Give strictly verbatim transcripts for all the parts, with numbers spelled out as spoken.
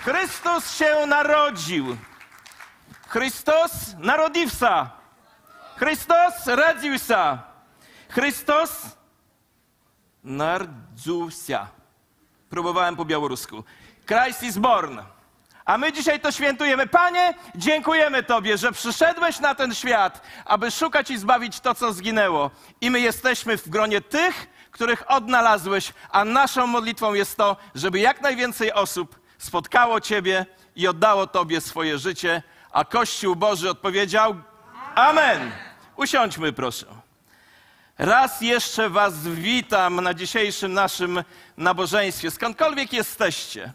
Chrystus się narodził. Chrystus narodziwsa. Chrystus radziłся. Chrystus narodziłся. Próbowałem po białorusku. Christ is born. A my dzisiaj to świętujemy. Panie, dziękujemy Tobie, że przyszedłeś na ten świat, aby szukać i zbawić to, co zginęło. I my jesteśmy w gronie tych, których odnalazłeś, a naszą modlitwą jest to, żeby jak najwięcej osób spotkało Ciebie i oddało Tobie swoje życie, a Kościół Boży odpowiedział amen. Usiądźmy, proszę. Raz jeszcze was witam na dzisiejszym naszym nabożeństwie. Skądkolwiek jesteście,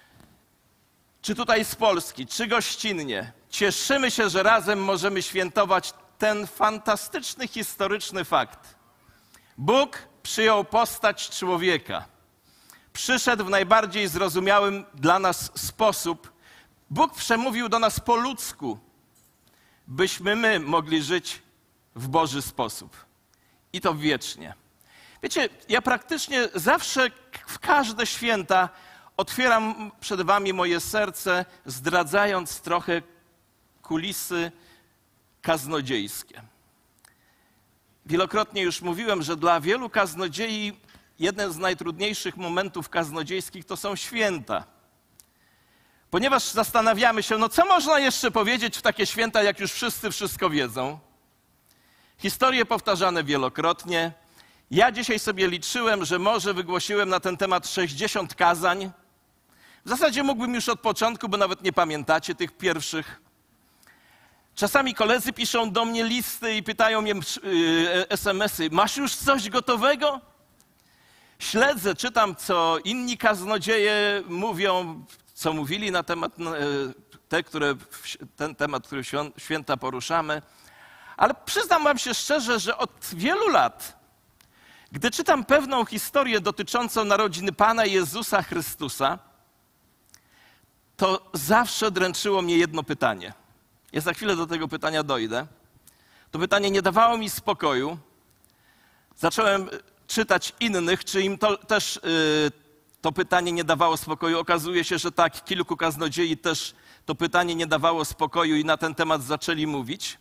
czy tutaj z Polski, czy gościnnie, cieszymy się, że razem możemy świętować ten fantastyczny, historyczny fakt. Bóg przyjął postać człowieka. Przyszedł w najbardziej zrozumiałym dla nas sposób. Bóg przemówił do nas po ludzku, byśmy my mogli żyć w Boży sposób. I to wiecznie. Wiecie, ja praktycznie zawsze w każde święta otwieram przed wami moje serce, zdradzając trochę kulisy kaznodziejskie. Wielokrotnie już mówiłem, że dla wielu kaznodziei jeden z najtrudniejszych momentów kaznodziejskich to są święta. Ponieważ zastanawiamy się, no co można jeszcze powiedzieć w takie święta, jak już wszyscy wszystko wiedzą. Historie powtarzane wielokrotnie. Ja dzisiaj sobie liczyłem, że może wygłosiłem na ten temat sześćdziesiąt kazań. W zasadzie mógłbym już od początku, bo nawet nie pamiętacie tych pierwszych. Czasami koledzy piszą do mnie listy i pytają mnie es em esy, masz już coś gotowego? Śledzę, czytam, co inni kaznodzieje mówią, co mówili na temat, te, które, ten temat, który święta poruszamy. Ale przyznam wam się szczerze, że od wielu lat, gdy czytam pewną historię dotyczącą narodziny Pana Jezusa Chrystusa, to zawsze dręczyło mnie jedno pytanie. Ja za chwilę do tego pytania dojdę. To pytanie nie dawało mi spokoju. Zacząłem czytać innych, czy im to, też yy, to pytanie nie dawało spokoju. Okazuje się, że tak, kilku kaznodziei też to pytanie nie dawało spokoju i na ten temat zaczęli mówić.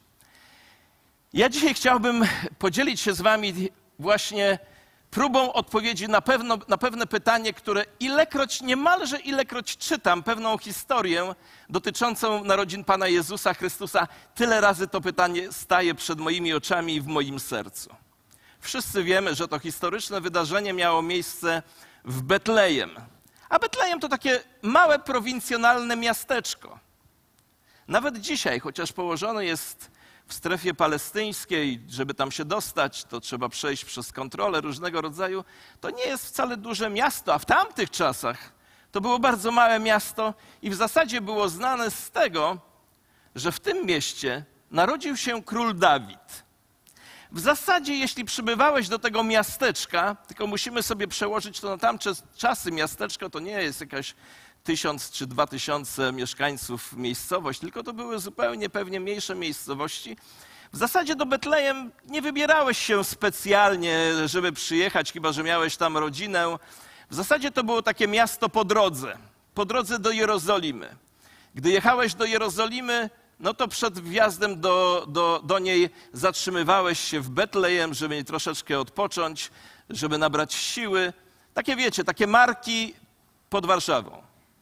Ja dzisiaj chciałbym podzielić się z wami właśnie próbą odpowiedzi na, pewno, na pewne pytanie, które ilekroć, niemalże ilekroć czytam pewną historię dotyczącą narodzin Pana Jezusa Chrystusa, tyle razy to pytanie staje przed moimi oczami i w moim sercu. Wszyscy wiemy, że to historyczne wydarzenie miało miejsce w Betlejem. A Betlejem to takie małe, prowincjonalne miasteczko. Nawet dzisiaj, chociaż położone jest w strefie palestyńskiej, żeby tam się dostać, to trzeba przejść przez kontrole różnego rodzaju. To nie jest wcale duże miasto, a w tamtych czasach to było bardzo małe miasto i w zasadzie było znane z tego, że w tym mieście narodził się król Dawid. W zasadzie, jeśli przybywałeś do tego miasteczka, tylko musimy sobie przełożyć to na tamte czasy, miasteczko to nie jest jakaś tysiąc czy dwa tysiące mieszkańców miejscowość, tylko to były zupełnie pewnie mniejsze miejscowości. W zasadzie do Betlejem nie wybierałeś się specjalnie, żeby przyjechać, chyba że miałeś tam rodzinę. W zasadzie to było takie miasto po drodze, po drodze do Jerozolimy. Gdy jechałeś do Jerozolimy, no to przed wjazdem do, do, do niej zatrzymywałeś się w Betlejem, żeby troszeczkę odpocząć, żeby nabrać siły. Takie wiecie, takie marki pod Warszawą.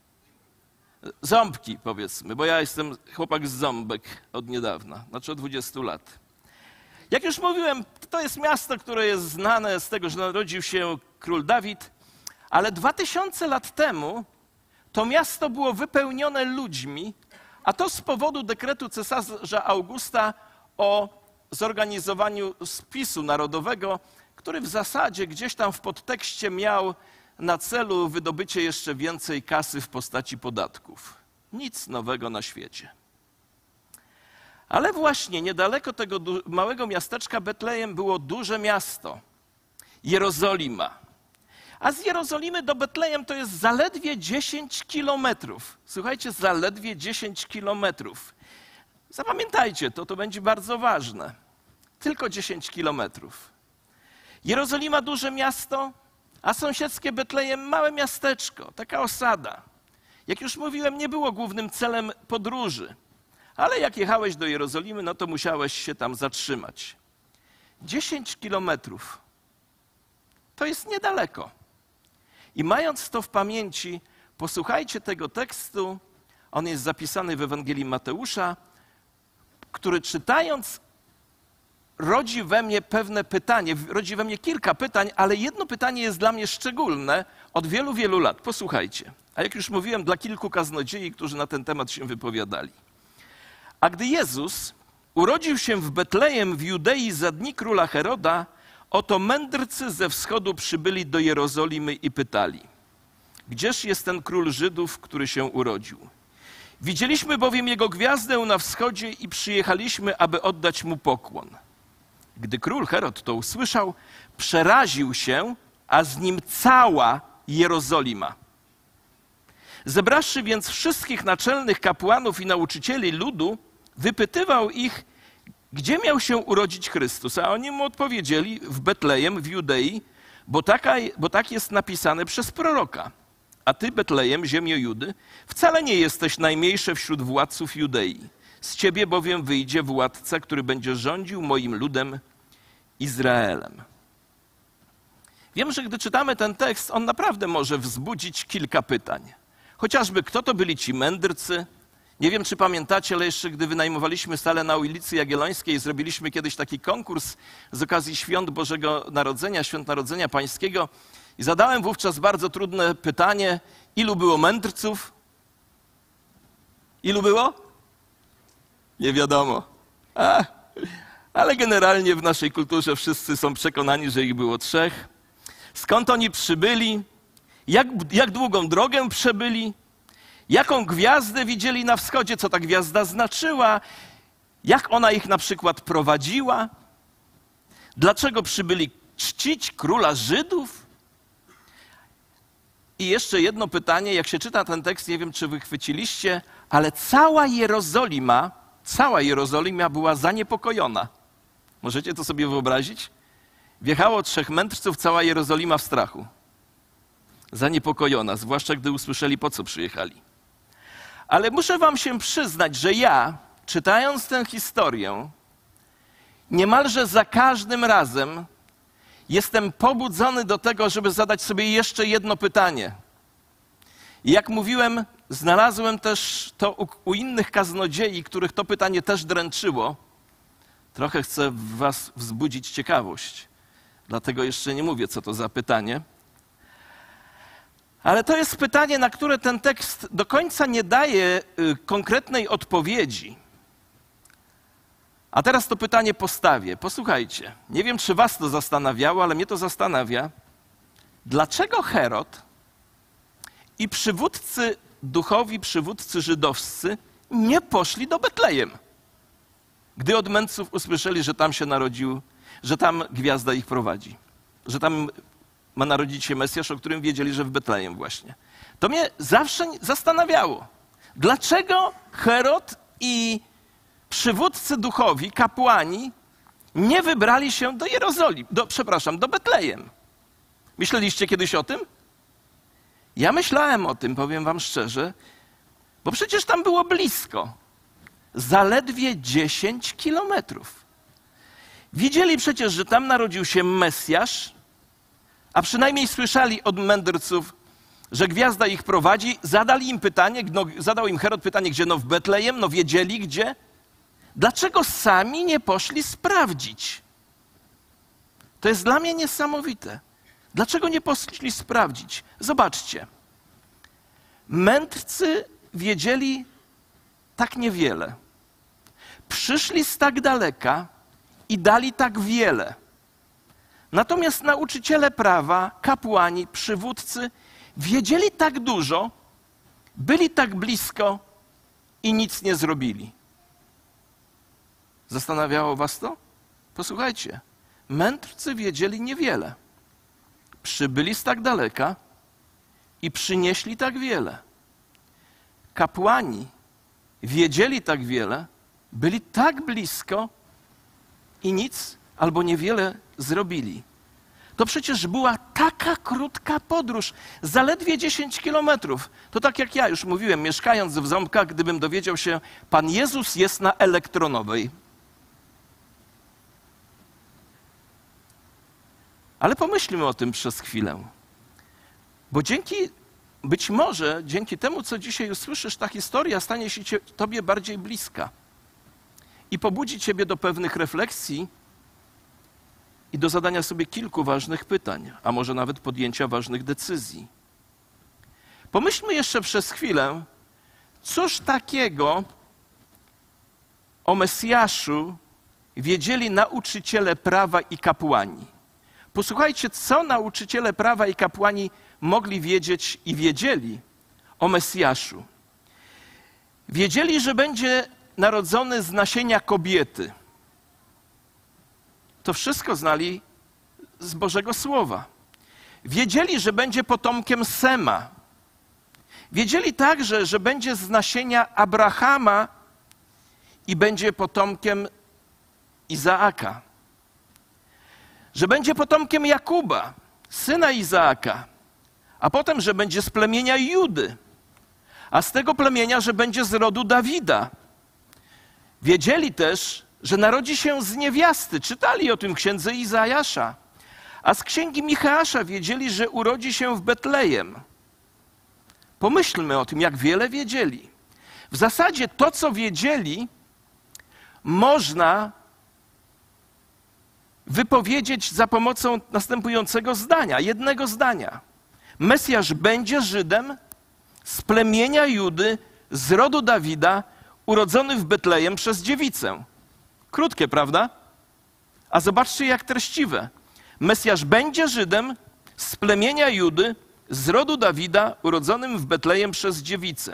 Ząbki, powiedzmy, bo ja jestem chłopak z Ząbek od niedawna, znaczy od dwudziestu lat. Jak już mówiłem, to jest miasto, które jest znane z tego, że narodził się król Dawid, ale dwa tysiące lat temu to miasto było wypełnione ludźmi, a to z powodu dekretu cesarza Augusta o zorganizowaniu spisu narodowego, który w zasadzie gdzieś tam w podtekście miał na celu wydobycie jeszcze więcej kasy w postaci podatków. Nic nowego na świecie. Ale właśnie niedaleko tego małego miasteczka Betlejem było duże miasto, Jerozolima. A z Jerozolimy do Betlejem to jest zaledwie dziesięć kilometrów. Słuchajcie, zaledwie dziesięć kilometrów. Zapamiętajcie to, to będzie bardzo ważne. Tylko dziesięć kilometrów. Jerozolima duże miasto, a sąsiedzkie Betlejem małe miasteczko, taka osada. Jak już mówiłem, nie było głównym celem podróży, ale jak jechałeś do Jerozolimy, no to musiałeś się tam zatrzymać. Dziesięć kilometrów to jest niedaleko. I mając to w pamięci, posłuchajcie tego tekstu. On jest zapisany w Ewangelii Mateusza, który czytając rodzi we mnie pewne pytanie, rodzi we mnie kilka pytań, ale jedno pytanie jest dla mnie szczególne od wielu, wielu lat. Posłuchajcie. A jak już mówiłem, dla kilku kaznodziei, którzy na ten temat się wypowiadali. A gdy Jezus urodził się w Betlejem w Judei za dni króla Heroda, oto mędrcy ze wschodu przybyli do Jerozolimy i pytali: gdzież jest ten król Żydów, który się urodził? Widzieliśmy bowiem jego gwiazdę na wschodzie i przyjechaliśmy, aby oddać mu pokłon. Gdy król Herod to usłyszał, przeraził się, a z nim cała Jerozolima. Zebrawszy więc wszystkich naczelnych kapłanów i nauczycieli ludu, wypytywał ich, gdzie miał się urodzić Chrystus. A oni mu odpowiedzieli: w Betlejem, w Judei, bo, taka, bo tak jest napisane przez proroka. A ty, Betlejem, ziemio Judy, wcale nie jesteś najmniejszy wśród władców Judei. Z ciebie bowiem wyjdzie władca, który będzie rządził moim ludem Izraelem. Wiem, że gdy czytamy ten tekst, on naprawdę może wzbudzić kilka pytań. Chociażby, kto to byli ci mędrcy? Nie wiem, czy pamiętacie, ale jeszcze gdy wynajmowaliśmy salę na ulicy Jagiellońskiej, zrobiliśmy kiedyś taki konkurs z okazji Świąt Bożego Narodzenia, Świąt Narodzenia Pańskiego i zadałem wówczas bardzo trudne pytanie, ilu było mędrców? Ilu było? Nie wiadomo. A, ale generalnie w naszej kulturze wszyscy są przekonani, że ich było trzech. Skąd oni przybyli? Jak, jak długą drogę przebyli? Jaką gwiazdę widzieli na wschodzie? Co ta gwiazda znaczyła? Jak ona ich na przykład prowadziła? Dlaczego przybyli czcić króla Żydów? I jeszcze jedno pytanie, jak się czyta ten tekst, nie wiem, czy wychwyciliście, ale cała Jerozolima, cała Jerozolima była zaniepokojona. Możecie to sobie wyobrazić? Wjechało trzech mędrców, cała Jerozolima w strachu. Zaniepokojona, zwłaszcza gdy usłyszeli, po co przyjechali. Ale muszę wam się przyznać, że ja, czytając tę historię, niemalże za każdym razem jestem pobudzony do tego, żeby zadać sobie jeszcze jedno pytanie. I jak mówiłem, znalazłem też to u, u innych kaznodziei, których to pytanie też dręczyło. Trochę chcę w was wzbudzić ciekawość. Dlatego jeszcze nie mówię, co to za pytanie. Ale to jest pytanie, na które ten tekst do końca nie daje y, konkretnej odpowiedzi. A teraz to pytanie postawię. Posłuchajcie, nie wiem, czy was to zastanawiało, ale mnie to zastanawia. Dlaczego Herod i przywódcy duchowi, przywódcy żydowscy nie poszli do Betlejem, gdy od mędrców usłyszeli, że tam się narodził, że tam gwiazda ich prowadzi, że tam ma narodzić się Mesjasz, o którym wiedzieli, że w Betlejem właśnie. To mnie zawsze zastanawiało. Dlaczego Herod i przywódcy duchowi, kapłani, nie wybrali się do Jerozolimy, do, przepraszam, do Betlejem? Myśleliście kiedyś o tym? Ja myślałem o tym, powiem wam szczerze, bo przecież tam było blisko. Zaledwie dziesięć kilometrów. Widzieli przecież, że tam narodził się Mesjasz, a przynajmniej słyszeli od mędrców, że gwiazda ich prowadzi. Zadali im pytanie, no, zadał im Herod pytanie, gdzie? No w Betlejem, no wiedzieli gdzie. Dlaczego sami nie poszli sprawdzić? To jest dla mnie niesamowite. Dlaczego nie poszli sprawdzić? Zobaczcie. Mędrcy wiedzieli tak niewiele. Przyszli z tak daleka i dali tak wiele. Natomiast nauczyciele prawa, kapłani, przywódcy wiedzieli tak dużo, byli tak blisko i nic nie zrobili. Zastanawiało was to? Posłuchajcie. Mędrcy wiedzieli niewiele. Przybyli z tak daleka i przynieśli tak wiele. Kapłani wiedzieli tak wiele, byli tak blisko i nic albo niewiele zrobili. To przecież była taka krótka podróż, zaledwie dziesięć kilometrów. To tak jak ja już mówiłem, mieszkając w Ząbkach, gdybym dowiedział się, Pan Jezus jest na Elektronowej. Ale pomyślmy o tym przez chwilę. Bo dzięki, być może dzięki temu, co dzisiaj usłyszysz, ta historia stanie się cie, tobie bardziej bliska i pobudzi ciebie do pewnych refleksji i do zadania sobie kilku ważnych pytań, a może nawet podjęcia ważnych decyzji. Pomyślmy jeszcze przez chwilę, cóż takiego o Mesjaszu wiedzieli nauczyciele prawa i kapłani. Posłuchajcie, co nauczyciele prawa i kapłani mogli wiedzieć i wiedzieli o Mesjaszu. Wiedzieli, że będzie narodzony z nasienia kobiety. To wszystko znali z Bożego Słowa. Wiedzieli, że będzie potomkiem Sema. Wiedzieli także, że będzie z nasienia Abrahama i będzie potomkiem Izaaka. Że będzie potomkiem Jakuba, syna Izaaka, a potem, że będzie z plemienia Judy, a z tego plemienia, że będzie z rodu Dawida. Wiedzieli też, że narodzi się z niewiasty. Czytali o tym w księdze Izajasza. A z księgi Micheasza wiedzieli, że urodzi się w Betlejem. Pomyślmy o tym, jak wiele wiedzieli. W zasadzie to, co wiedzieli, można wypowiedzieć za pomocą następującego zdania, jednego zdania. Mesjasz będzie Żydem z plemienia Judy, z rodu Dawida, urodzony w Betlejem przez dziewicę. Krótkie, prawda? A zobaczcie, jak treściwe. Mesjasz będzie Żydem z plemienia Judy, z rodu Dawida, urodzonym w Betlejem przez dziewicę.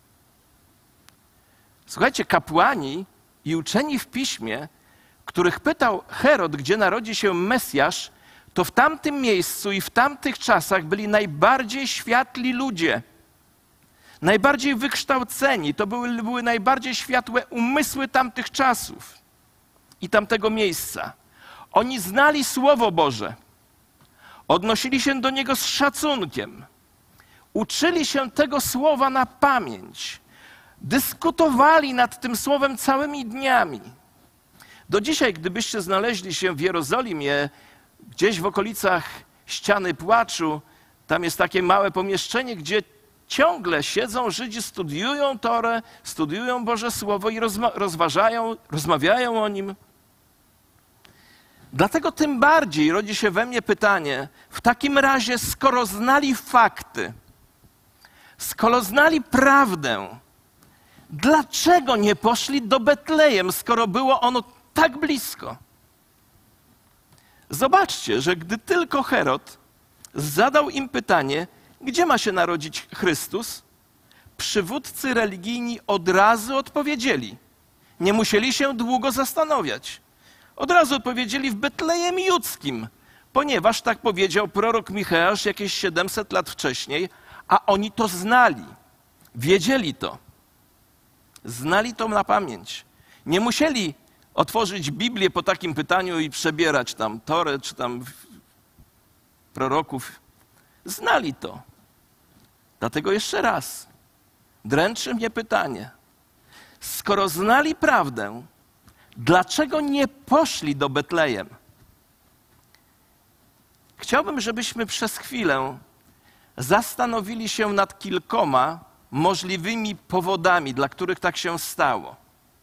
Słuchajcie, kapłani i uczeni w piśmie, których pytał Herod, gdzie narodzi się Mesjasz, to w tamtym miejscu i w tamtych czasach byli najbardziej światli ludzie, najbardziej wykształceni. To były, były najbardziej światłe umysły tamtych czasów i tamtego miejsca. Oni znali Słowo Boże, odnosili się do niego z szacunkiem, uczyli się tego Słowa na pamięć, dyskutowali nad tym Słowem całymi dniami. Do dzisiaj, gdybyście znaleźli się w Jerozolimie, gdzieś w okolicach Ściany Płaczu, tam jest takie małe pomieszczenie, gdzie ciągle siedzą Żydzi, studiują Torę, studiują Boże Słowo i rozma- rozważają, rozmawiają o nim. Dlatego tym bardziej rodzi się we mnie pytanie, w takim razie, skoro znali fakty, skoro znali prawdę, dlaczego nie poszli do Betlejem, skoro było ono tak blisko? Zobaczcie, że gdy tylko Herod zadał im pytanie, gdzie ma się narodzić Chrystus, przywódcy religijni od razu odpowiedzieli. Nie musieli się długo zastanawiać. Od razu odpowiedzieli w Betlejem Judzkim, ponieważ tak powiedział prorok Micheasz jakieś siedemset lat wcześniej, a oni to znali, wiedzieli to, znali to na pamięć. Nie musieli otworzyć Biblię po takim pytaniu i przebierać tam Torę czy tam proroków. Znali to. Dlatego jeszcze raz, dręczy mnie pytanie. Skoro znali prawdę, dlaczego nie poszli do Betlejem? Chciałbym, żebyśmy przez chwilę zastanowili się nad kilkoma możliwymi powodami, dla których tak się stało.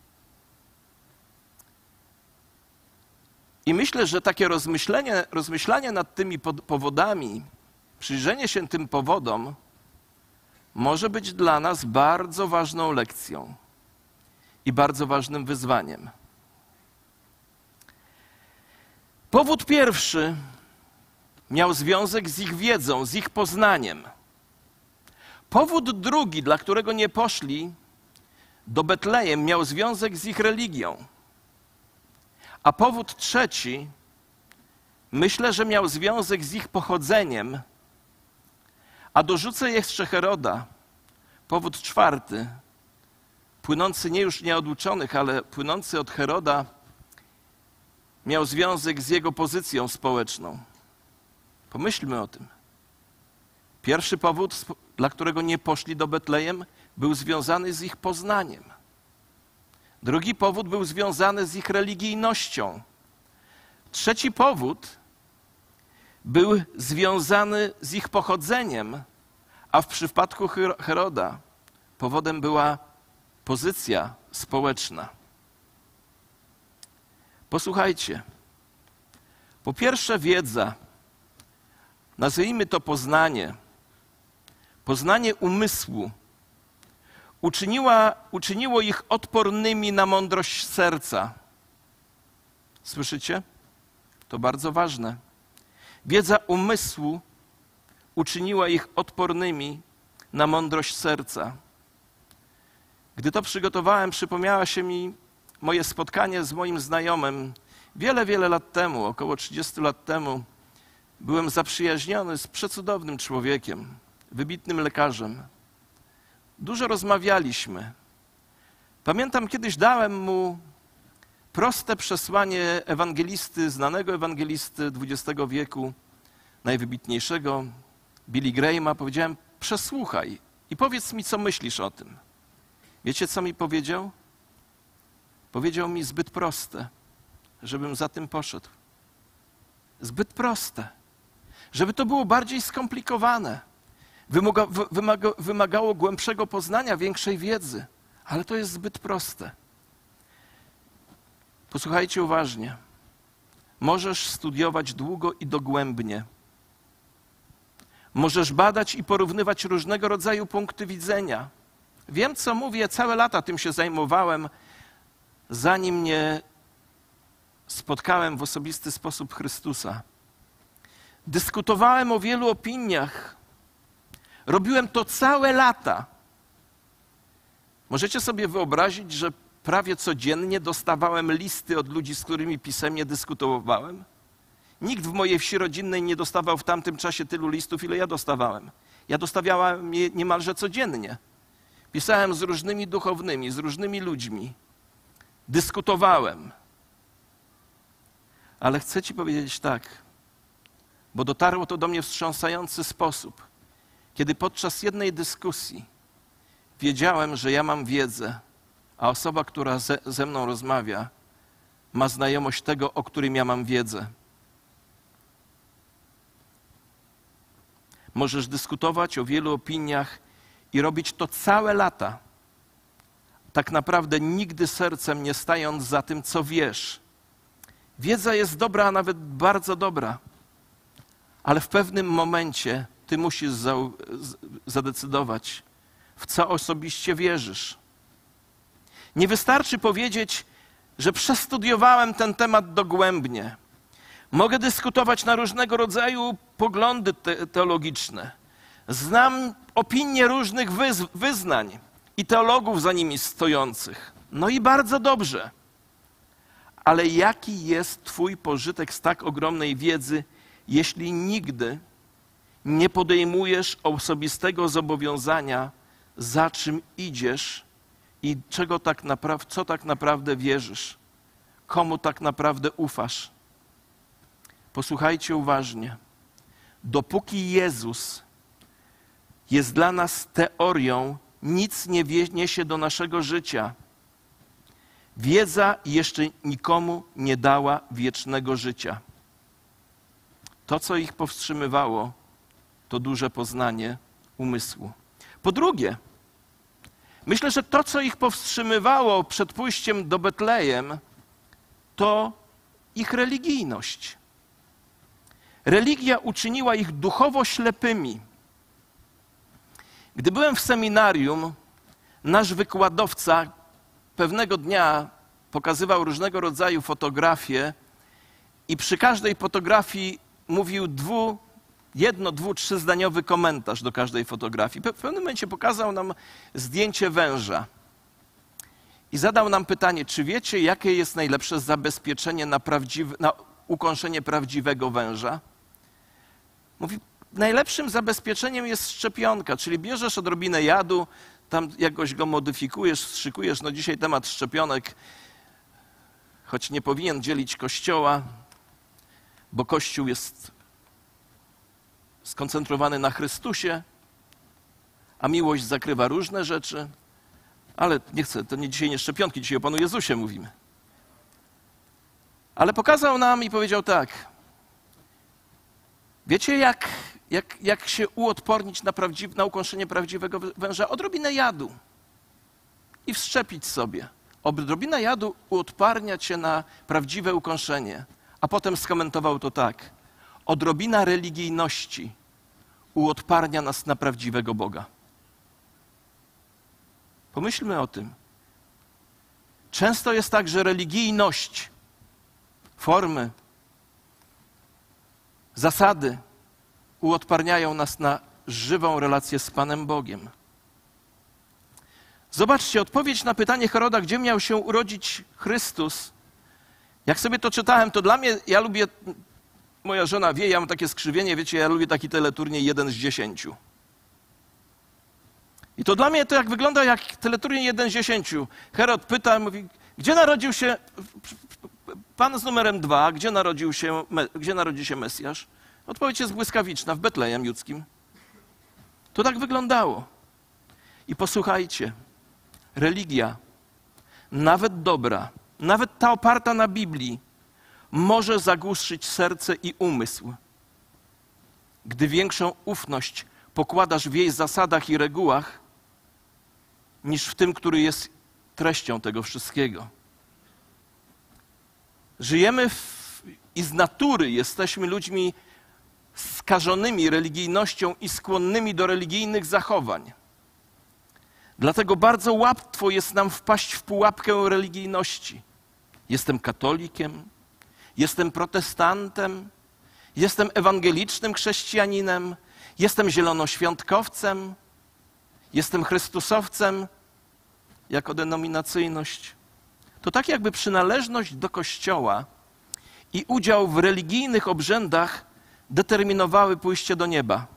I myślę, że takie rozmyślenie, rozmyślanie nad tymi powodami, przyjrzenie się tym powodom może być dla nas bardzo ważną lekcją i bardzo ważnym wyzwaniem. Powód pierwszy miał związek z ich wiedzą, z ich poznaniem. Powód drugi, dla którego nie poszli do Betlejem, miał związek z ich religią. A powód trzeci, myślę, że miał związek z ich pochodzeniem. A dorzucę jeszcze Heroda. Powód czwarty, płynący nie już nie od uczonych, ale płynący od Heroda, miał związek z jego pozycją społeczną. Pomyślmy o tym. Pierwszy powód, dla którego nie poszli do Betlejem, był związany z ich poznaniem. Drugi powód był związany z ich religijnością. Trzeci powód był związany z ich pochodzeniem, a w przypadku Heroda powodem była pozycja społeczna. Posłuchajcie. Po pierwsze wiedza, nazwijmy to poznanie, poznanie umysłu, uczyniła, uczyniło ich odpornymi na mądrość serca. Słyszycie? To bardzo ważne. Wiedza umysłu uczyniła ich odpornymi na mądrość serca. Gdy to przygotowałem, przypomniało się mi moje spotkanie z moim znajomym. Wiele, wiele lat temu, około trzydziestu lat temu, byłem zaprzyjaźniony z przecudownym człowiekiem, wybitnym lekarzem. Dużo rozmawialiśmy. Pamiętam, kiedyś dałem mu proste przesłanie ewangelisty, znanego ewangelisty dwudziestego wieku, najwybitniejszego, Billy Grahama. Powiedziałem, przesłuchaj i powiedz mi, co myślisz o tym. Wiecie, co mi powiedział? Powiedział mi zbyt proste, żebym za tym poszedł. Zbyt proste. Żeby to było bardziej skomplikowane. Wymaga, wymaga, wymagało głębszego poznania, większej wiedzy. Ale to jest zbyt proste. Posłuchajcie uważnie. Możesz studiować długo i dogłębnie. Możesz badać i porównywać różnego rodzaju punkty widzenia. Wiem, co mówię, całe lata tym się zajmowałem, zanim nie spotkałem w osobisty sposób Chrystusa. Dyskutowałem o wielu opiniach. Robiłem to całe lata. Możecie sobie wyobrazić, że prawie codziennie dostawałem listy od ludzi, z którymi pisemnie dyskutowałem? Nikt w mojej wsi rodzinnej nie dostawał w tamtym czasie tylu listów, ile ja dostawałem. Ja dostawałem je niemalże codziennie. Pisałem z różnymi duchownymi, z różnymi ludźmi. Dyskutowałem. Ale chcę ci powiedzieć tak, bo dotarło to do mnie w wstrząsający sposób. Kiedy podczas jednej dyskusji wiedziałem, że ja mam wiedzę, a osoba, która ze, ze mną rozmawia, ma znajomość tego, o którym ja mam wiedzę. Możesz dyskutować o wielu opiniach i robić to całe lata. Tak naprawdę nigdy sercem nie stając za tym, co wiesz. Wiedza jest dobra, a nawet bardzo dobra. Ale w pewnym momencie ty musisz za, zadecydować, w co osobiście wierzysz. Nie wystarczy powiedzieć, że przestudiowałem ten temat dogłębnie. Mogę dyskutować na różnego rodzaju poglądy te teologiczne. Znam opinie różnych wyz wyznań i teologów za nimi stojących. No i bardzo dobrze. Ale jaki jest twój pożytek z tak ogromnej wiedzy, jeśli nigdy nie podejmujesz osobistego zobowiązania, za czym idziesz i czego tak naprawdę, co tak naprawdę wierzysz, komu tak naprawdę ufasz? Posłuchajcie uważnie. Dopóki Jezus jest dla nas teorią, nic nie wniesie do naszego życia. Wiedza jeszcze nikomu nie dała wiecznego życia. To, co ich powstrzymywało, to duże poznanie umysłu. Po drugie, myślę, że to, co ich powstrzymywało przed pójściem do Betlejem, to ich religijność. Religia uczyniła ich duchowo ślepymi. Gdy byłem w seminarium, nasz wykładowca pewnego dnia pokazywał różnego rodzaju fotografie i przy każdej fotografii mówił dwu, jedno, dwu, trzyzdaniowy komentarz do każdej fotografii. W pewnym momencie pokazał nam zdjęcie węża i zadał nam pytanie, czy wiecie, jakie jest najlepsze zabezpieczenie na, prawdziwy, na ukąszenie prawdziwego węża? Mówi, najlepszym zabezpieczeniem jest szczepionka, czyli bierzesz odrobinę jadu, tam jakoś go modyfikujesz, wstrzykujesz. No dzisiaj temat szczepionek, choć nie powinien dzielić Kościoła, bo Kościół jest skoncentrowany na Chrystusie, a miłość zakrywa różne rzeczy, ale nie chcę, to nie dzisiaj nie szczepionki, dzisiaj o Panu Jezusie mówimy. Ale pokazał nam i powiedział tak, wiecie jak, jak, jak się uodpornić na, prawdziw, na ukąszenie prawdziwego węża? Odrobinę jadu i wszczepić sobie. Odrobina jadu uodparnia cię na prawdziwe ukąszenie. A potem skomentował to tak. Odrobina religijności uodparnia nas na prawdziwego Boga. Pomyślmy o tym. Często jest tak, że religijność, formy, zasady uodparniają nas na żywą relację z Panem Bogiem. Zobaczcie, odpowiedź na pytanie Heroda, gdzie miał się urodzić Chrystus. Jak sobie to czytałem, to dla mnie, ja lubię, moja żona wie, ja mam takie skrzywienie, wiecie, ja lubię taki teleturniej jeden z dziesięciu. I to dla mnie to jak wygląda jak teleturniej jeden z dziesięciu. Herod pyta, mówi, gdzie narodził się pan z numerem dwa, gdzie narodził się, gdzie narodzi się Mesjasz? Odpowiedź jest błyskawiczna, w Betlejem Judzkim. To tak wyglądało. I posłuchajcie, religia, nawet dobra, nawet ta oparta na Biblii, może zagłuszyć serce i umysł, gdy większą ufność pokładasz w jej zasadach i regułach, niż w tym, który jest treścią tego wszystkiego. Żyjemy w, i z natury jesteśmy ludźmi skażonymi religijnością i skłonnymi do religijnych zachowań. Dlatego bardzo łatwo jest nam wpaść w pułapkę religijności. Jestem katolikiem, jestem protestantem, jestem ewangelicznym chrześcijaninem, jestem zielonoświątkowcem, jestem chrystusowcem jako denominacyjność. To tak jakby przynależność do Kościoła i udział w religijnych obrzędach determinowały pójście do nieba.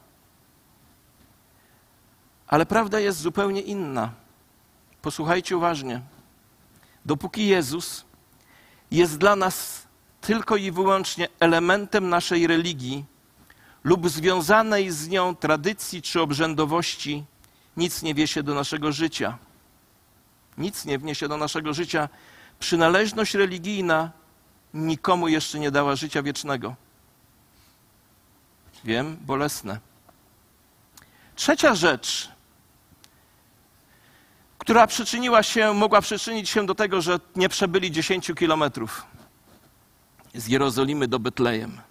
Ale prawda jest zupełnie inna. Posłuchajcie uważnie. Dopóki Jezus jest dla nas tylko i wyłącznie elementem naszej religii lub związanej z nią tradycji czy obrzędowości, nic nie wniesie do naszego życia. Nic nie wniesie do naszego życia. Przynależność religijna nikomu jeszcze nie dała życia wiecznego. Wiem, bolesne. Trzecia rzecz, która przyczyniła się, mogła przyczynić się do tego, że nie przebyli dziesięciu kilometrów z Jerozolimy do Betlejem.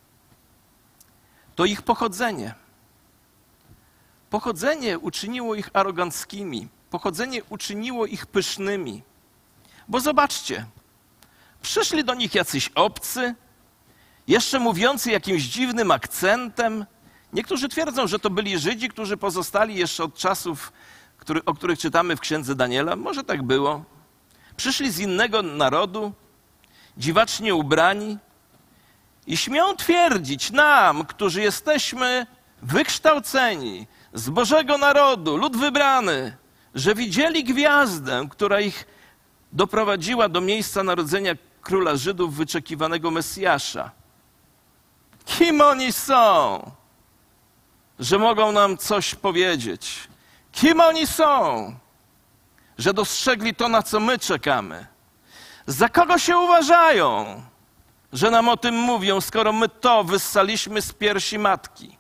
To ich pochodzenie. Pochodzenie uczyniło ich aroganckimi. Pochodzenie uczyniło ich pysznymi. Bo zobaczcie, przyszli do nich jacyś obcy, jeszcze mówiący jakimś dziwnym akcentem. Niektórzy twierdzą, że to byli Żydzi, którzy pozostali jeszcze od czasów, który, o których czytamy w księdze Daniela. Może tak było. Przyszli z innego narodu, dziwacznie ubrani i śmią twierdzić nam, którzy jesteśmy wykształceni, z Bożego narodu, lud wybrany, że widzieli gwiazdę, która ich doprowadziła do miejsca narodzenia króla Żydów, wyczekiwanego Mesjasza. Kim oni są, że mogą nam coś powiedzieć? Kim oni są, że dostrzegli to, na co my czekamy? Za kogo się uważają, że nam o tym mówią, skoro my to wyssaliśmy z piersi matki?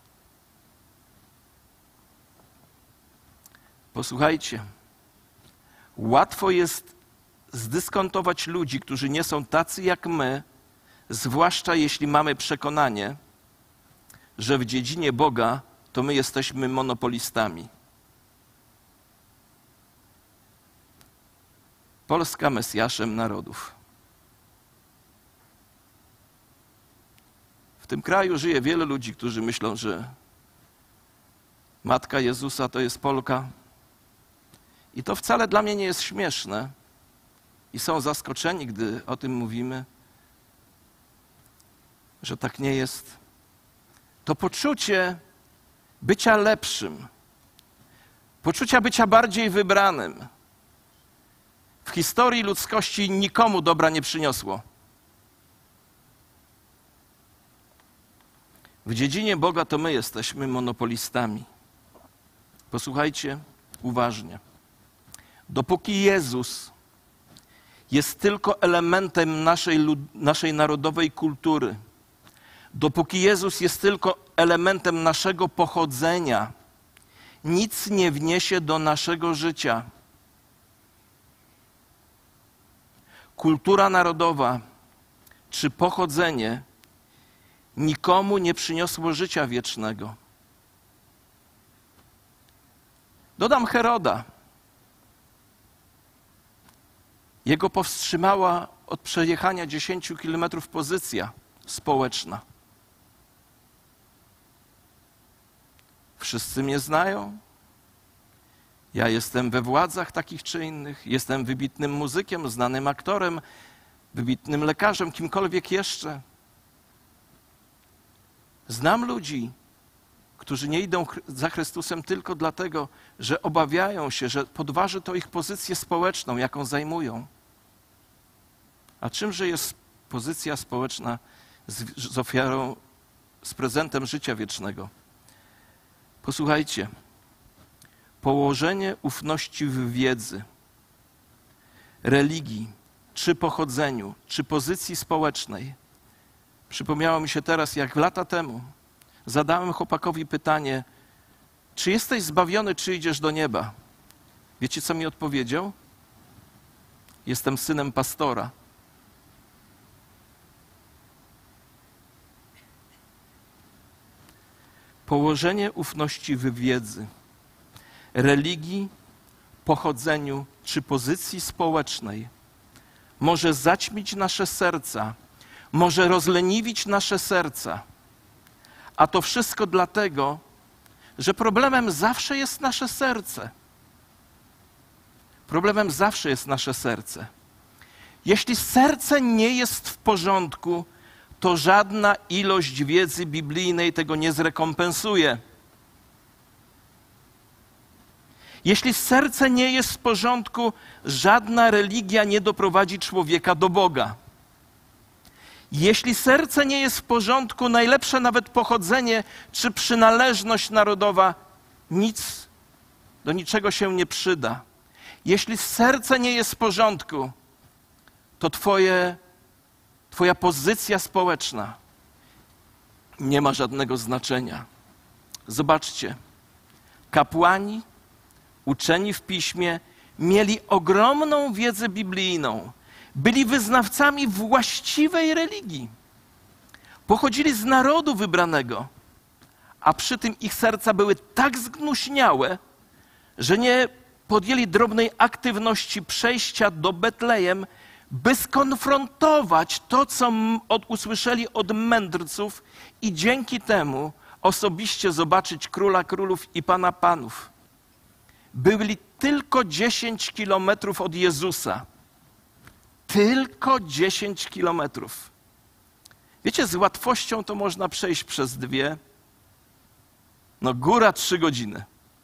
Posłuchajcie, łatwo jest zdyskontować ludzi, którzy nie są tacy jak my, zwłaszcza jeśli mamy przekonanie, że w dziedzinie Boga to my jesteśmy monopolistami. Polska Mesjaszem narodów. W tym kraju żyje wiele ludzi, którzy myślą, że Matka Jezusa to jest Polka. I to wcale dla mnie nie jest śmieszne. I są zaskoczeni, gdy o tym mówimy, że tak nie jest. To poczucie bycia lepszym, poczucia bycia bardziej wybranym, w historii ludzkości nikomu dobra nie przyniosło. W dziedzinie Boga to my jesteśmy monopolistami. Posłuchajcie uważnie. Dopóki Jezus jest tylko elementem naszej, lud- naszej narodowej kultury, dopóki Jezus jest tylko elementem naszego pochodzenia, nic nie wniesie do naszego życia. Kultura narodowa czy pochodzenie nikomu nie przyniosło życia wiecznego. Dodam Heroda. Jego powstrzymała od przejechania dziesięciu kilometrów pozycja społeczna. Wszyscy mnie znają. Ja jestem we władzach takich czy innych. Jestem wybitnym muzykiem, znanym aktorem, wybitnym lekarzem, kimkolwiek jeszcze. Znam ludzi, którzy nie idą za Chrystusem tylko dlatego, że obawiają się, że podważy to ich pozycję społeczną, jaką zajmują. A czymże jest pozycja społeczna z, z ofiarą, z prezentem życia wiecznego? Posłuchajcie. Położenie ufności w wiedzy, religii, czy pochodzeniu, czy pozycji społecznej. Przypomniało mi się teraz, jak lata temu zadałem chłopakowi pytanie, czy jesteś zbawiony, czy idziesz do nieba? Wiecie, co mi odpowiedział? Jestem synem pastora. Położenie ufności w wiedzy, religii, pochodzeniu czy pozycji społecznej może zaćmić nasze serca, może rozleniwić nasze serca. A to wszystko dlatego, że problemem zawsze jest nasze serce. Problemem zawsze jest nasze serce. Jeśli serce nie jest w porządku, to żadna ilość wiedzy biblijnej tego nie zrekompensuje. Jeśli serce nie jest w porządku, żadna religia nie doprowadzi człowieka do Boga. Jeśli serce nie jest w porządku, najlepsze nawet pochodzenie czy przynależność narodowa nic, do niczego się nie przyda. Jeśli serce nie jest w porządku, to twoje, twoja pozycja społeczna nie ma żadnego znaczenia. Zobaczcie, kapłani, uczeni w piśmie, mieli ogromną wiedzę biblijną. Byli wyznawcami właściwej religii. Pochodzili z narodu wybranego, a przy tym ich serca były tak zgnuśniałe, że nie podjęli drobnej aktywności przejścia do Betlejem, by skonfrontować to, co od, usłyszeli od mędrców i dzięki temu osobiście zobaczyć Króla Królów i Pana Panów. Byli tylko dziesięć kilometrów od Jezusa. Tylko dziesięć kilometrów. Wiecie, z łatwością to można przejść przez dwie, no góra trzy godziny.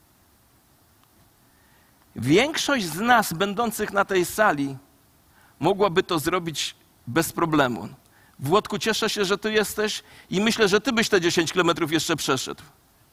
Większość z nas, będących na tej sali, mogłaby to zrobić bez problemu. Włodku, cieszę się, że tu jesteś i myślę, że ty byś te dziesięć kilometrów jeszcze przeszedł.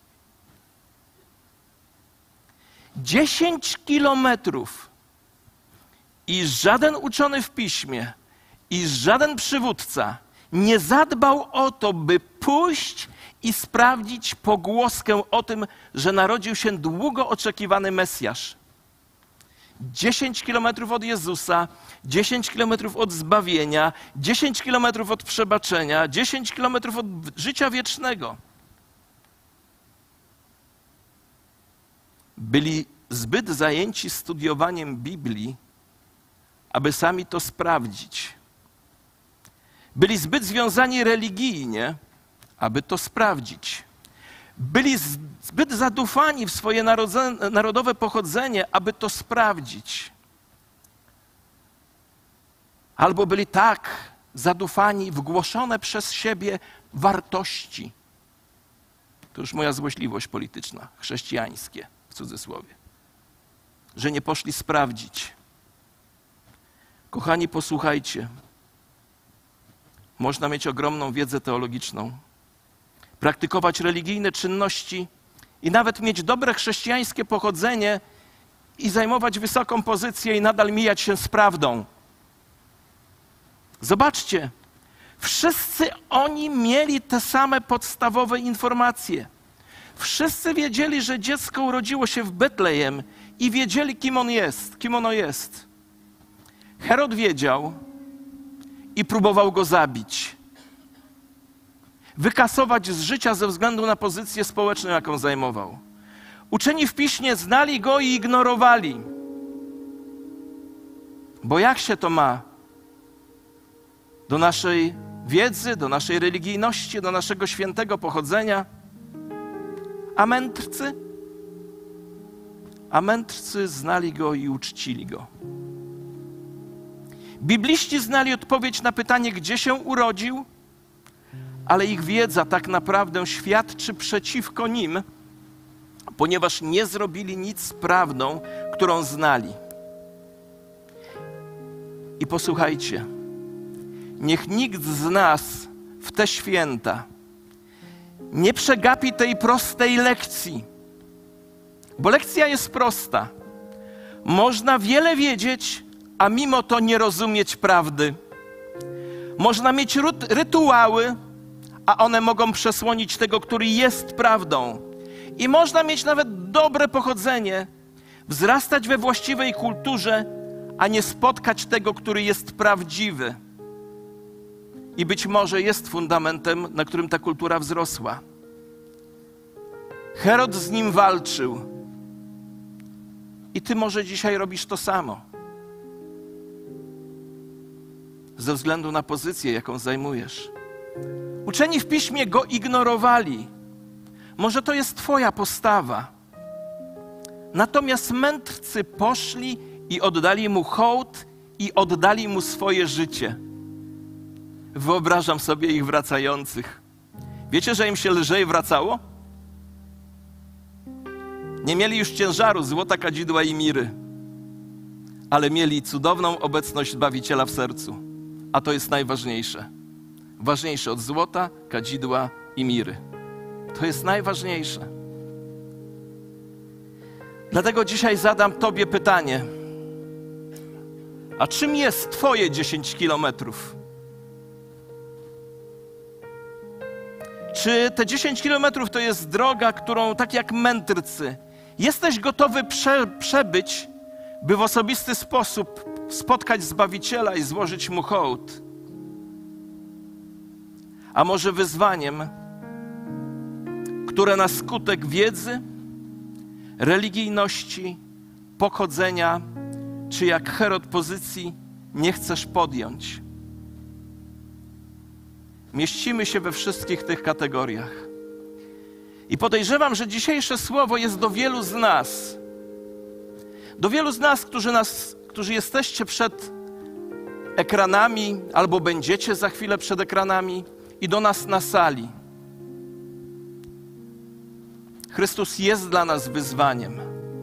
dziesięć kilometrów i żaden uczony w piśmie i żaden przywódca nie zadbał o to, by pójść i sprawdzić pogłoskę o tym, że narodził się długo oczekiwany Mesjasz. dziesięć kilometrów od Jezusa, dziesięć kilometrów od zbawienia, dziesięć kilometrów od przebaczenia, dziesięć kilometrów od życia wiecznego. Byli zbyt zajęci studiowaniem Biblii, aby sami to sprawdzić. Byli zbyt związani religijnie, aby to sprawdzić. Byli zbyt zadufani w swoje narodowe pochodzenie, aby to sprawdzić. Albo byli tak zadufani w głoszone przez siebie wartości. To już moja złośliwość polityczna, chrześcijańskie w cudzysłowie. Że nie poszli sprawdzić. Kochani, posłuchajcie. Można mieć ogromną wiedzę teologiczną. praktykować religijne czynności i nawet mieć dobre chrześcijańskie pochodzenie i zajmować wysoką pozycję i nadal mijać się z prawdą. Zobaczcie, wszyscy oni mieli te same podstawowe informacje. Wszyscy wiedzieli, że dziecko urodziło się w Betlejem i wiedzieli, kim on jest, kim ono jest. Herod wiedział i próbował go zabić. Wykasować z życia ze względu na pozycję społeczną, jaką zajmował. Uczeni w Piśmie znali go i ignorowali. Bo jak się to ma do naszej wiedzy, do naszej religijności, do naszego świętego pochodzenia? A mędrcy? A mędrcy znali go i uczcili go. Bibliści znali odpowiedź na pytanie, gdzie się urodził, ale ich wiedza tak naprawdę świadczy przeciwko nim, ponieważ nie zrobili nic z prawdą, którą znali. I posłuchajcie, niech nikt z nas w te święta nie przegapi tej prostej lekcji, bo lekcja jest prosta. Można wiele wiedzieć, a mimo to nie rozumieć prawdy. Można mieć rytuały, a one mogą przesłonić tego, który jest prawdą. I można mieć nawet dobre pochodzenie, wzrastać we właściwej kulturze, a nie spotkać tego, który jest prawdziwy. I być może jest fundamentem, na którym ta kultura wzrosła. Herod z nim walczył. I ty może dzisiaj robisz to samo. Ze względu na pozycję, jaką zajmujesz. Uczeni w Piśmie go ignorowali. Może to jest twoja postawa. Natomiast mędrcy poszli i oddali mu hołd i oddali mu swoje życie. Wyobrażam sobie ich wracających. Wiecie, że im się lżej wracało? Nie mieli już ciężaru złota, kadzidła i miry, ale mieli cudowną obecność Zbawiciela w sercu. A to jest najważniejsze. Ważniejsze od złota, kadzidła i miry. To jest najważniejsze. Dlatego dzisiaj zadam tobie pytanie. A czym jest twoje dziesięć kilometrów? Czy te dziesięć kilometrów to jest droga, którą tak jak mędrcy jesteś gotowy prze, przebyć, by w osobisty sposób spotkać Zbawiciela i złożyć Mu hołd? A może wyzwaniem, które na skutek wiedzy, religijności, pochodzenia, czy jak Herod pozycji nie chcesz podjąć? Mieścimy się we wszystkich tych kategoriach. I podejrzewam, że dzisiejsze słowo jest do wielu z nas. Do wielu z nas, którzy, nas, którzy jesteście przed ekranami, albo będziecie za chwilę przed ekranami, i do nas na sali. Chrystus jest dla nas wyzwaniem.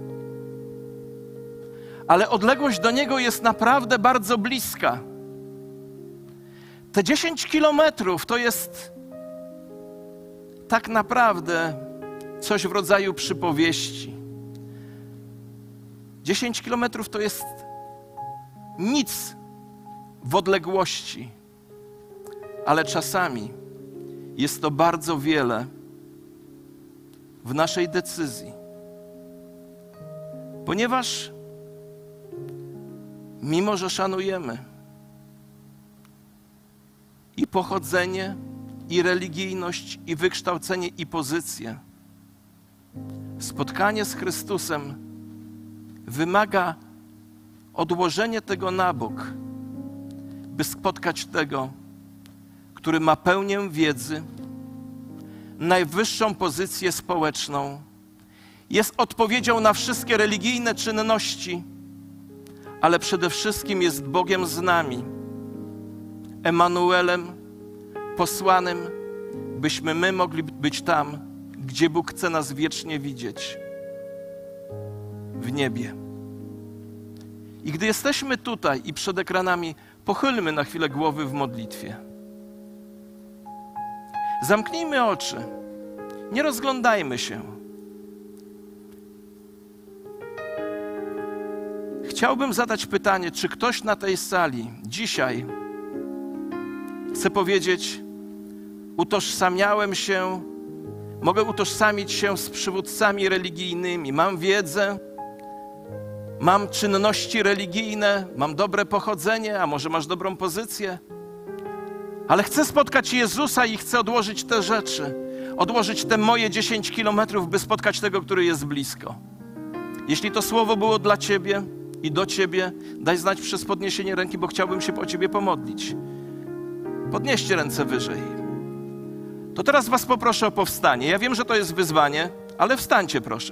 Ale odległość do Niego jest naprawdę bardzo bliska. Te dziesięć kilometrów to jest tak naprawdę coś w rodzaju przypowieści. dziesięć kilometrów to jest nic w odległości, ale czasami jest to bardzo wiele w naszej decyzji. Ponieważ mimo, że szanujemy i pochodzenie, i religijność, i wykształcenie, i pozycję, spotkanie z Chrystusem wymaga odłożenia tego na bok, by spotkać tego, który ma pełnię wiedzy, najwyższą pozycję społeczną, jest odpowiedzią na wszystkie religijne czynności, ale przede wszystkim jest Bogiem z nami, Emanuelem, posłanym, byśmy my mogli być tam, gdzie Bóg chce nas wiecznie widzieć, w niebie. I gdy jesteśmy tutaj i przed ekranami, pochylmy na chwilę głowy w modlitwie. Zamknijmy oczy Nie rozglądajmy się. Chciałbym zadać pytanie, czy ktoś na tej sali dzisiaj chce powiedzieć: utożsamiałem się, mogę utożsamić się z przywódcami religijnymi, mam wiedzę, mam czynności religijne, mam dobre pochodzenie, a może masz dobrą pozycję, ale chcę spotkać Jezusa i chcę odłożyć te rzeczy, odłożyć te moje dziesięć kilometrów, by spotkać tego, który jest blisko. Jeśli to słowo było dla Ciebie i do Ciebie, daj znać przez podniesienie ręki, bo chciałbym się o Ciebie pomodlić. Podnieście ręce wyżej. To teraz was poproszę o powstanie. Ja wiem, że to jest wyzwanie, ale wstańcie proszę.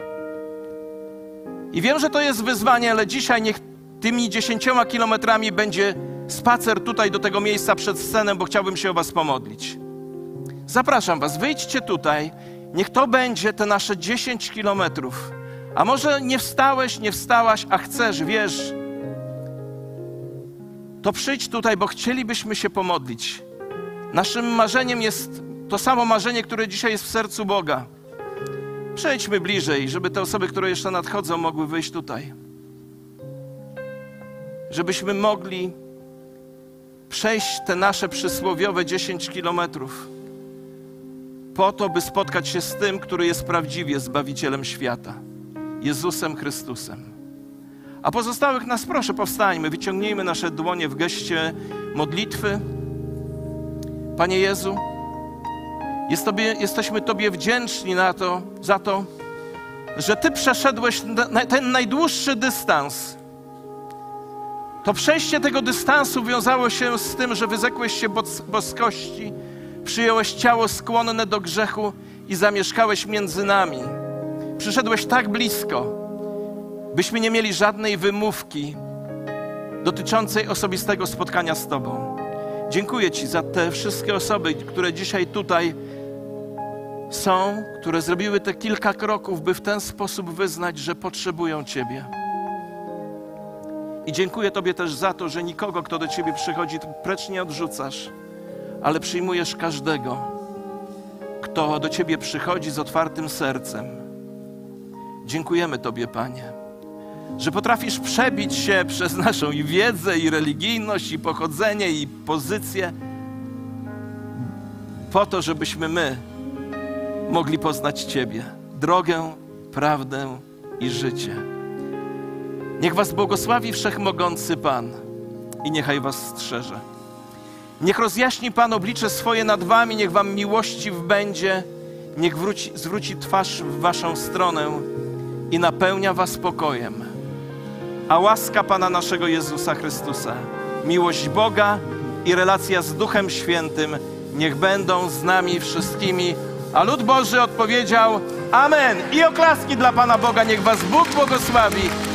I wiem, że to jest wyzwanie, ale dzisiaj niech tymi dziesięcioma kilometrami będzie spacer tutaj do tego miejsca przed sceną, bo chciałbym się o was pomodlić. Zapraszam was, wyjdźcie tutaj. Niech to będzie te nasze dziesięć kilometrów. A może nie wstałeś, nie wstałaś, a chcesz, wiesz, to przyjdź tutaj, bo chcielibyśmy się pomodlić. Naszym marzeniem jest to samo marzenie, które dzisiaj jest w sercu Boga. Przejdźmy bliżej, żeby te osoby, które jeszcze nadchodzą, mogły wyjść tutaj. Żebyśmy mogli przejść te nasze przysłowiowe dziesięć kilometrów po to, by spotkać się z tym, który jest prawdziwie Zbawicielem świata, Jezusem Chrystusem. A pozostałych nas proszę, powstańmy, wyciągnijmy nasze dłonie w geście modlitwy. Panie Jezu, jest Tobie, jesteśmy Tobie wdzięczni na to, za to, że Ty przeszedłeś na, ten najdłuższy dystans. To przejście tego dystansu wiązało się z tym, że wyzekłeś się boskości, przyjąłeś ciało skłonne do grzechu i zamieszkałeś między nami. Przyszedłeś tak blisko, byśmy nie mieli żadnej wymówki dotyczącej osobistego spotkania z Tobą. Dziękuję Ci za te wszystkie osoby, które dzisiaj tutaj są, które zrobiły te kilka kroków, by w ten sposób wyznać, że potrzebują Ciebie. I dziękuję Tobie też za to, że nikogo, kto do Ciebie przychodzi, precz nie odrzucasz, ale przyjmujesz każdego, kto do Ciebie przychodzi z otwartym sercem. Dziękujemy Tobie, Panie, że potrafisz przebić się przez naszą i wiedzę, i religijność, i pochodzenie, i pozycję po to, żebyśmy my mogli poznać Ciebie, drogę, prawdę i życie. Niech was błogosławi Wszechmogący Pan i niechaj was strzeże. Niech rozjaśni Pan oblicze swoje nad wami, niech wam miłościw będzie, niech wróci, zwróci twarz w waszą stronę i napełnia was pokojem. A łaska Pana naszego Jezusa Chrystusa, miłość Boga i relacja z Duchem Świętym niech będą z nami wszystkimi. A lud Boży odpowiedział amen. I oklaski dla Pana Boga. Niech was Bóg błogosławi